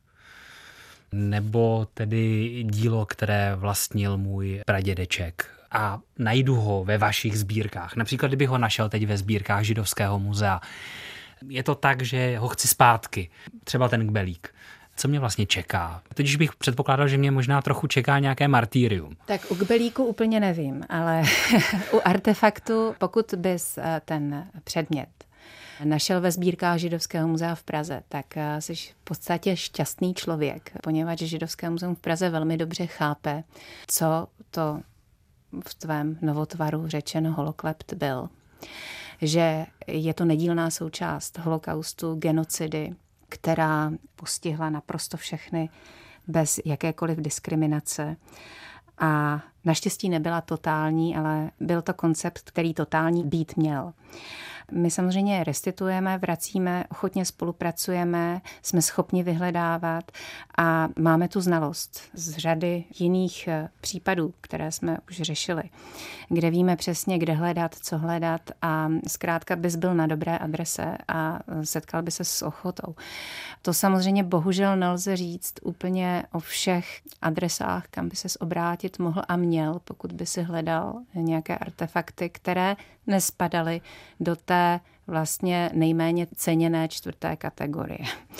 nebo tedy dílo, které vlastnil můj pradědeček a najdu ho ve vašich sbírkách. Například, kdybych ho našel teď ve sbírkách Židovského muzea. Je to tak, že ho chci zpátky. Třeba ten kbelík. Co mě vlastně čeká? Teď už bych předpokládal, že mě možná trochu čeká nějaké martýrium. Tak u kbelíku úplně nevím, ale u artefaktu, pokud bys ten předmět našel ve sbírkách Židovského muzea v Praze, tak jsi v podstatě šťastný člověk, poněvadž Židovské muzeum v Praze velmi dobře chápe, co to v tvém novotvaru řečeno holoklept byl. Že je to nedílná součást holokaustu, genocidy, která postihla naprosto všechny bez jakékoliv diskriminace. A naštěstí nebyla totální, ale byl to koncept, který totální být měl. My samozřejmě restituujeme, vracíme, ochotně spolupracujeme, jsme schopni vyhledávat a máme tu znalost z řady jiných případů, které jsme už řešili, kde víme přesně, kde hledat, co hledat a zkrátka bys byl na dobré adrese a setkal by se s ochotou. To samozřejmě bohužel nelze říct úplně o všech adresách, kam by ses obrátit mohl a měl, pokud by si hledal nějaké artefakty, které nespadaly do té vlastně nejméně ceněné 4. kategorie.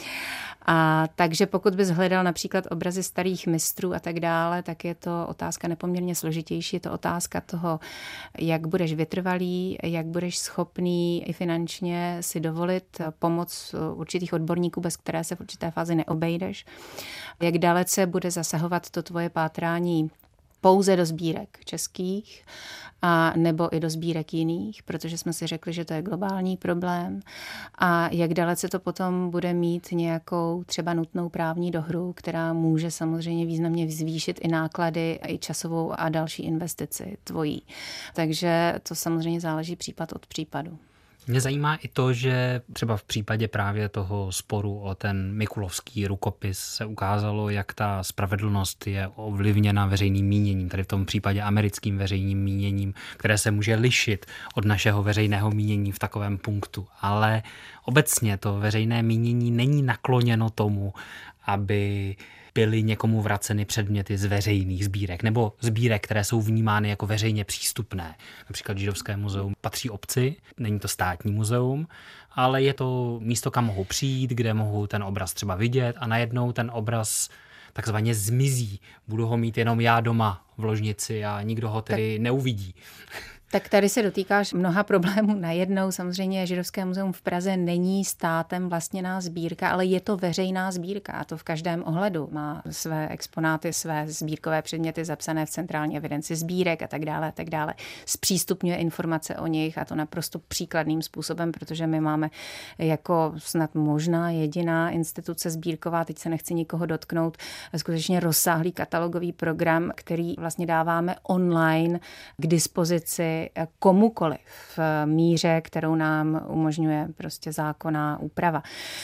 A takže pokud bys hledal například obrazy starých mistrů a tak dále, tak je to otázka nepoměrně složitější. Je to otázka toho, jak budeš vytrvalý, jak budeš schopný i finančně si dovolit pomoc určitých odborníků, bez které se v určité fázi neobejdeš. Jak dalece bude zasahovat to tvoje pátrání pouze do sbírek českých a nebo i do sbírek jiných, protože jsme si řekli, že to je globální problém a jak dalece to potom bude mít nějakou třeba nutnou právní dohru, která může samozřejmě významně zvýšit i náklady, i časovou a další investici tvojí. Takže to samozřejmě záleží případ od případu. Mě zajímá i to, že třeba v případě právě toho sporu o ten Mikulovský rukopis se ukázalo, jak ta spravedlnost je ovlivněna veřejným míněním, tady v tom případě americkým veřejným míněním, které se může lišit od našeho veřejného mínění v takovém punktu. Ale obecně to veřejné mínění není nakloněno tomu, aby byly někomu vraceny předměty z veřejných sbírek nebo sbírek, které jsou vnímány jako veřejně přístupné. Například Židovské muzeum patří obci, není to státní muzeum, ale je to místo, kam mohou přijít, kde mohou ten obraz třeba vidět a najednou ten obraz takzvaně zmizí. Budu ho mít jenom já doma v ložnici a nikdo ho tedy neuvidí. Tak tady se dotýkáš mnoha problémů najednou. Samozřejmě Židovské muzeum v Praze není státem vlastněná sbírka, ale je to veřejná sbírka a to v každém ohledu. Má své exponáty, své sbírkové předměty zapsané v centrální evidenci sbírek a tak dále, a tak dále. Zpřístupňuje informace o nich a to naprosto příkladným způsobem, protože my máme jako snad možná jediná instituce sbírková, teď se nechci nikoho dotknout, skutečně rozsáhlý katalogový program, který vlastně dáváme online k dispozici komukoliv v míře, kterou nám umožňuje prostě zákonná úprava.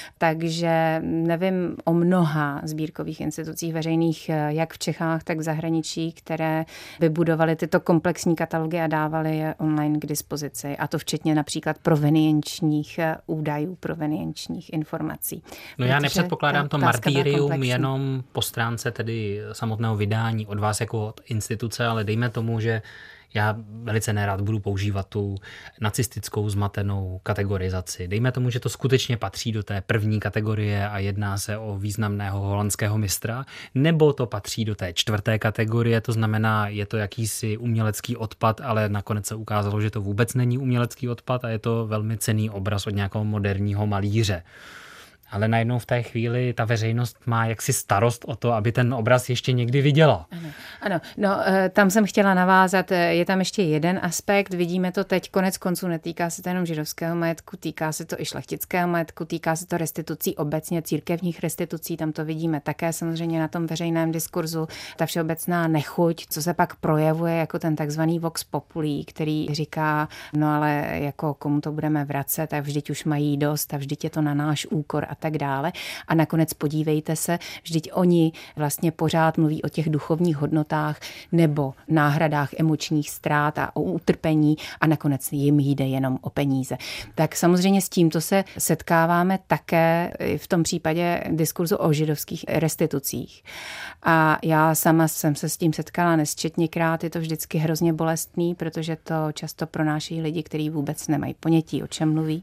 Takže nevím o mnoha sbírkových institucích veřejných, jak v Čechách, tak v zahraničí, které vybudovaly tyto komplexní katalogy a dávaly je online k dispozici. A to včetně například provenienčních údajů, provenienčních informací. No já nepředpokládám to martýrium jenom po stránce tedy samotného vydání od vás jako od instituce, ale dejme tomu, že já velice nerad budu používat tu nacistickou zmatenou kategorizaci. Dejme tomu, že to skutečně patří do té první kategorie a jedná se o významného holandského mistra, nebo to patří do té čtvrté kategorie, to znamená, je to jakýsi umělecký odpad, ale nakonec se ukázalo, že to vůbec není umělecký odpad a je to velmi cenný obraz od nějakého moderního malíře. Ale najednou v té chvíli ta veřejnost má jaksi starost o to, aby ten obraz ještě někdy viděla. Ano. No, tam jsem chtěla navázat, je tam ještě jeden aspekt, vidíme to teď konec konců, netýká se to jenom židovského majetku, týká se to i šlechtického majetku, týká se to restitucí obecně, církevních restitucí, tam to vidíme také samozřejmě na tom veřejném diskurzu, ta všeobecná nechuť, co se pak projevuje jako ten takzvaný vox populi, který říká, no ale jako komu to budeme vracet a vždyť už mají dost a vždyť je to na náš úkor a tak dále. A nakonec podívejte se, vždyť oni vlastně pořád mluví o těch duchovních hodnotách nebo náhradách emočních ztrát a o utrpení a nakonec jim jde jenom o peníze. Tak samozřejmě s tímto se setkáváme také v tom případě diskurzu o židovských restitucích. A já sama jsem se s tím setkala nesčetněkrát, je to vždycky hrozně bolestný, protože to často pronášejí lidi, kteří vůbec nemají ponětí, o čem mluví.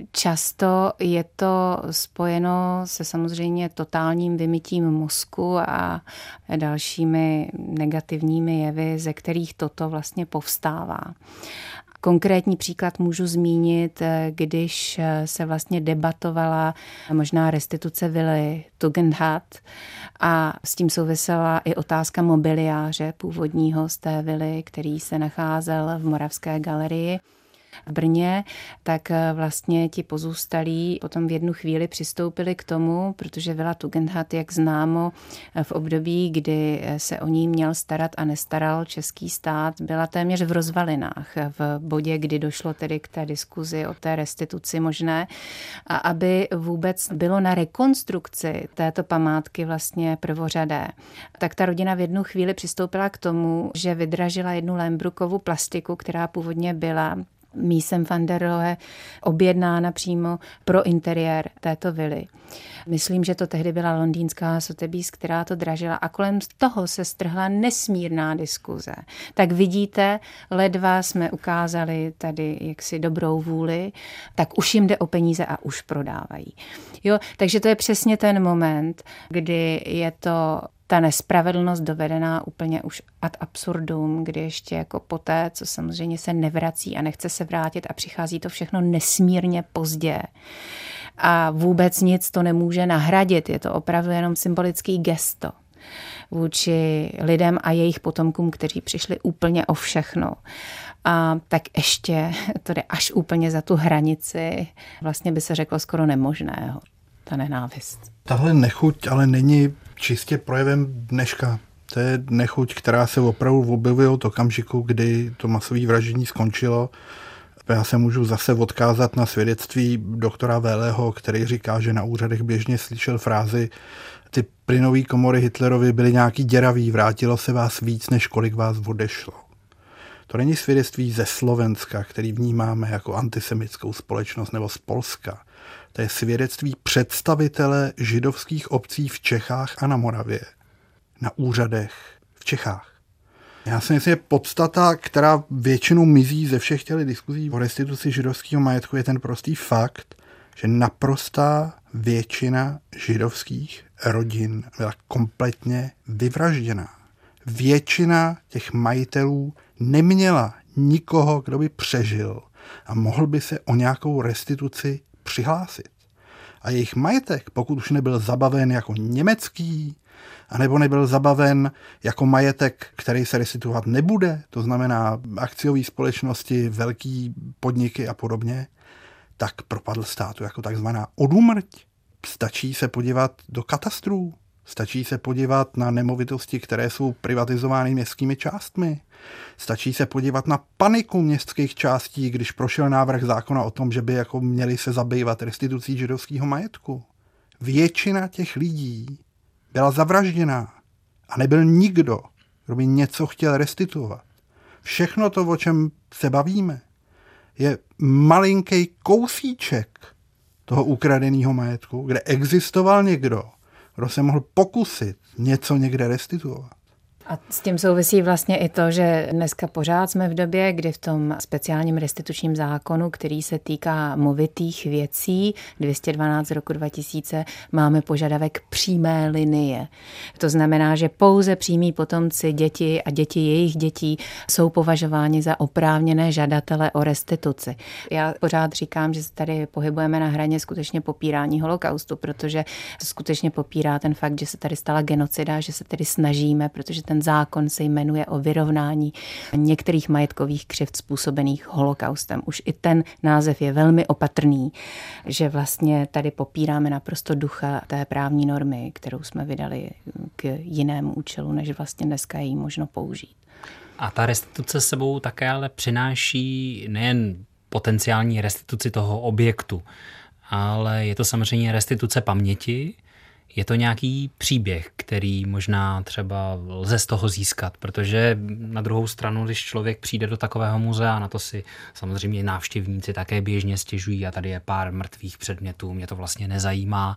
Často je to spojeno se samozřejmě totálním vymytím mozku a dalšími negativními jevy, ze kterých toto vlastně povstává. Konkrétní příklad můžu zmínit, když se vlastně debatovala možná restituce vily Tugendhat a s tím souvisela i otázka mobiliáře původního z té vily, který se nacházel v Moravské galerii v Brně, tak vlastně ti pozůstalí potom v jednu chvíli přistoupili k tomu, protože vila Tugendhat, jak známo, v období, kdy se o ní měl starat a nestaral český stát, byla téměř v rozvalinách v bodě, kdy došlo tedy k té diskuzi o té restituci možné a aby vůbec bylo na rekonstrukci této památky vlastně prvořadé. Tak ta rodina v jednu chvíli přistoupila k tomu, že vydražila jednu Lehmbruckovu plastiku, která původně byla Miesem van der Rohe objednána přímo pro interiér této vily. Myslím, že to tehdy byla londýnská Sotheby's, která to dražila a kolem toho se strhla nesmírná diskuze. Tak vidíte, ledva jsme ukázali tady jaksi dobrou vůli, tak už jim jde o peníze a už prodávají. Jo, takže to je přesně ten moment, kdy je to ta nespravedlnost dovedená úplně už ad absurdum, kdy ještě jako poté, co samozřejmě se nevrací a nechce se vrátit a přichází to všechno nesmírně pozdě. A vůbec nic to nemůže nahradit, je to opravdu jenom symbolický gesto vůči lidem a jejich potomkům, kteří přišli úplně o všechno. A tak ještě to jde až úplně za tu hranici, vlastně by se řeklo skoro nemožného, ta nenávist. Tahle nechuť ale není čistě projevem dneška. To je nechuť, která se opravdu objevuje od okamžiku, kdy to masové vraždění skončilo. Já se můžu zase odkázat na svědectví doktora Véleho, který říká, že na úřadech běžně slyšel frázi: ty plynové komory Hitlerovi byly nějaký děravý, vrátilo se vás víc, než kolik vás odešlo. To není svědectví ze Slovenska, který vnímáme jako antisemitskou společnost, nebo z Polska. To je svědectví představitele židovských obcí v Čechách a na Moravě. Na úřadech v Čechách. Já si myslím, že podstata, která většinou mizí ze všech těch diskuzí o restituci židovského majetku, je ten prostý fakt, že naprostá většina židovských rodin byla kompletně vyvražděná. Většina těch majitelů neměla nikoho, kdo by přežil a mohl by se o nějakou restituci přihlásit. A jejich majetek, pokud už nebyl zabaven jako německý, anebo nebyl zabaven jako majetek, který se restituovat nebude, to znamená akciové společnosti, velký podniky a podobně, tak propadl státu jako takzvaná odúmrť. Stačí se podívat do katastrů, stačí se podívat na nemovitosti, které jsou privatizovány městskými částmi. Stačí se podívat na paniku městských částí, když prošel návrh zákona o tom, že by jako měli se zabývat restitucí židovského majetku. Většina těch lidí byla zavražděná a nebyl nikdo, kdo by něco chtěl restituovat. Všechno to, o čem se bavíme, je malinký kousíček toho ukradeného majetku, kde existoval někdo, kdo se mohl pokusit něco někde restituovat. A s tím souvisí vlastně i to, že dneska pořád jsme v době, kdy v tom speciálním restitučním zákonu, který se týká movitých věcí, 212 z roku 2000, máme požadavek přímé linie. To znamená, že pouze přímí potomci, děti a děti jejich dětí jsou považováni za oprávněné žadatele o restituci. Já pořád říkám, že se tady pohybujeme na hraně skutečně popírání holokaustu, protože to skutečně popírá ten fakt, že se tady stala genocida, že se tady snažíme, protože ten zákon se jmenuje o vyrovnání některých majetkových křivd způsobených holokaustem. Už i ten název je velmi opatrný, že vlastně tady popíráme naprosto ducha té právní normy, kterou jsme vydali k jinému účelu, než vlastně dneska je jí možno použít. A ta restituce sebou také ale přináší nejen potenciální restituci toho objektu, ale je to samozřejmě restituce paměti. Je to nějaký příběh, který možná třeba lze z toho získat, protože na druhou stranu, když člověk přijde do takového muzea, na to si samozřejmě návštěvníci také běžně stěžují a tady je pár mrtvých předmětů, mě to vlastně nezajímá.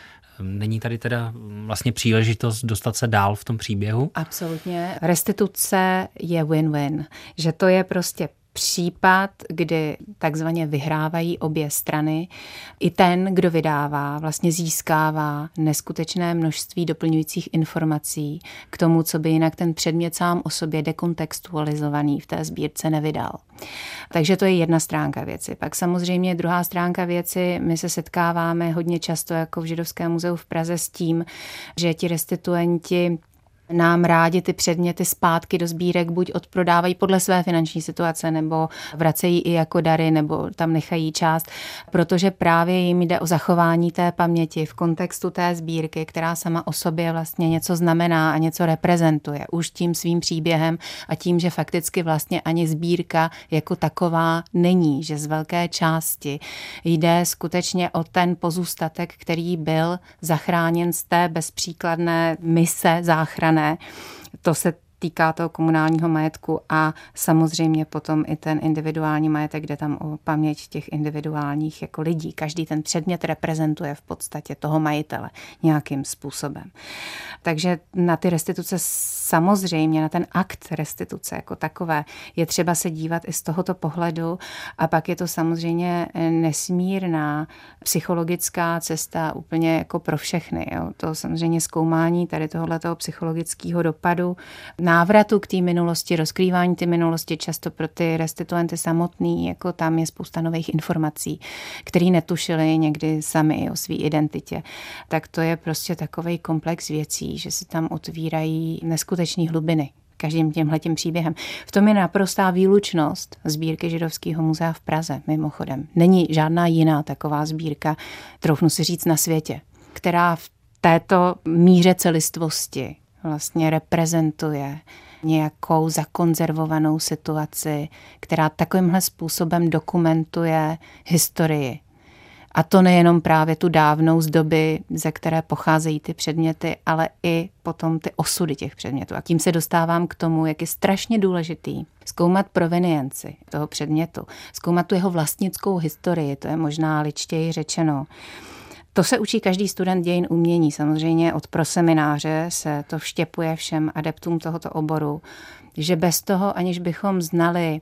Není tady teda vlastně příležitost dostat se dál v tom příběhu? Absolutně. Restituce je win-win, že to je prostě případ, kdy takzvaně vyhrávají obě strany. I ten, kdo vydává, vlastně získává neskutečné množství doplňujících informací k tomu, co by jinak ten předmět sám o sobě dekontextualizovaný v té sbírce nevydal. Takže to je jedna stránka věci. Pak samozřejmě druhá stránka věci, my se setkáváme hodně často jako v Židovském muzeu v Praze s tím, že ti restituenti nám rádi ty předměty zpátky do sbírek buď odprodávají podle své finanční situace, nebo vracejí i jako dary, nebo tam nechají část, protože právě jim jde o zachování té paměti v kontextu té sbírky, která sama o sobě vlastně něco znamená a něco reprezentuje. Už tím svým příběhem a tím, že fakticky vlastně ani sbírka jako taková není, že z velké části jde skutečně o ten pozůstatek, který byl zachráněn z té bezpříkladné mise záchrany. To se týká toho komunálního majetku a samozřejmě potom i ten individuální majetek, jde tam o paměť těch individuálních jako lidí. Každý ten předmět reprezentuje v podstatě toho majitele nějakým způsobem. Takže na ty restituce samozřejmě, na ten akt restituce jako takové je třeba se dívat i z tohoto pohledu a pak je to samozřejmě nesmírná psychologická cesta úplně jako pro všechny. Jo. To samozřejmě zkoumání tady tohoto psychologického dopadu, návratu k té minulosti, rozkrývání té minulosti často pro ty restituenty samotný, jako tam je spousta nových informací, který netušili někdy sami o své identitě. Tak to je prostě takovej komplex věcí, že se tam otvírají neskutečné hlubiny každým tímhletím příběhem. V tom je naprostá výlučnost sbírky Židovského muzea v Praze, mimochodem. Není žádná jiná taková sbírka, troufnu si říct, na světě, která v této míře celistvosti vlastně reprezentuje nějakou zakonzervovanou situaci, která takovýmhle způsobem dokumentuje historii. A to nejenom právě tu dávnou z doby, ze které pocházejí ty předměty, ale i potom ty osudy těch předmětů. A tím se dostávám k tomu, jak je strašně důležitý zkoumat provenienci toho předmětu, zkoumat tu jeho vlastnickou historii, to je možná ličtěji řečeno. To se učí každý student dějin umění. Samozřejmě od prosemináře se to vštěpuje všem adeptům tohoto oboru, že bez toho, aniž bychom znali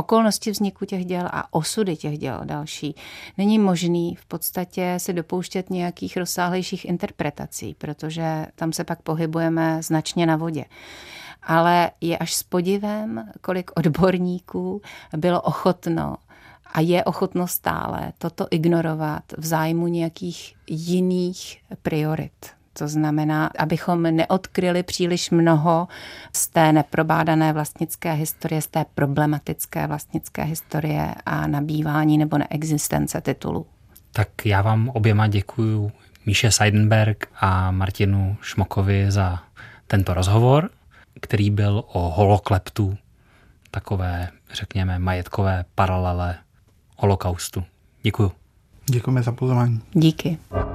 okolnosti vzniku těch děl a osudy těch děl další, není možný v podstatě si dopouštět nějakých rozsáhlejších interpretací, protože tam se pak pohybujeme značně na vodě. Ale je až s podivem, kolik odborníků bylo ochotno a je ochotno stále toto ignorovat v zájmu nějakých jiných priorit. To znamená, abychom neodkryli příliš mnoho z té neprobádané vlastnické historie, z té problematické vlastnické historie a nabývání nebo neexistence titulů. Tak já vám oběma děkuju, Míše Seidenberg a Martinu Šmokovi, za tento rozhovor, který byl o holokleptu, takové, řekněme, majetkové paralele holokaustu. Děkuju. Děkujeme za pozvání. Díky.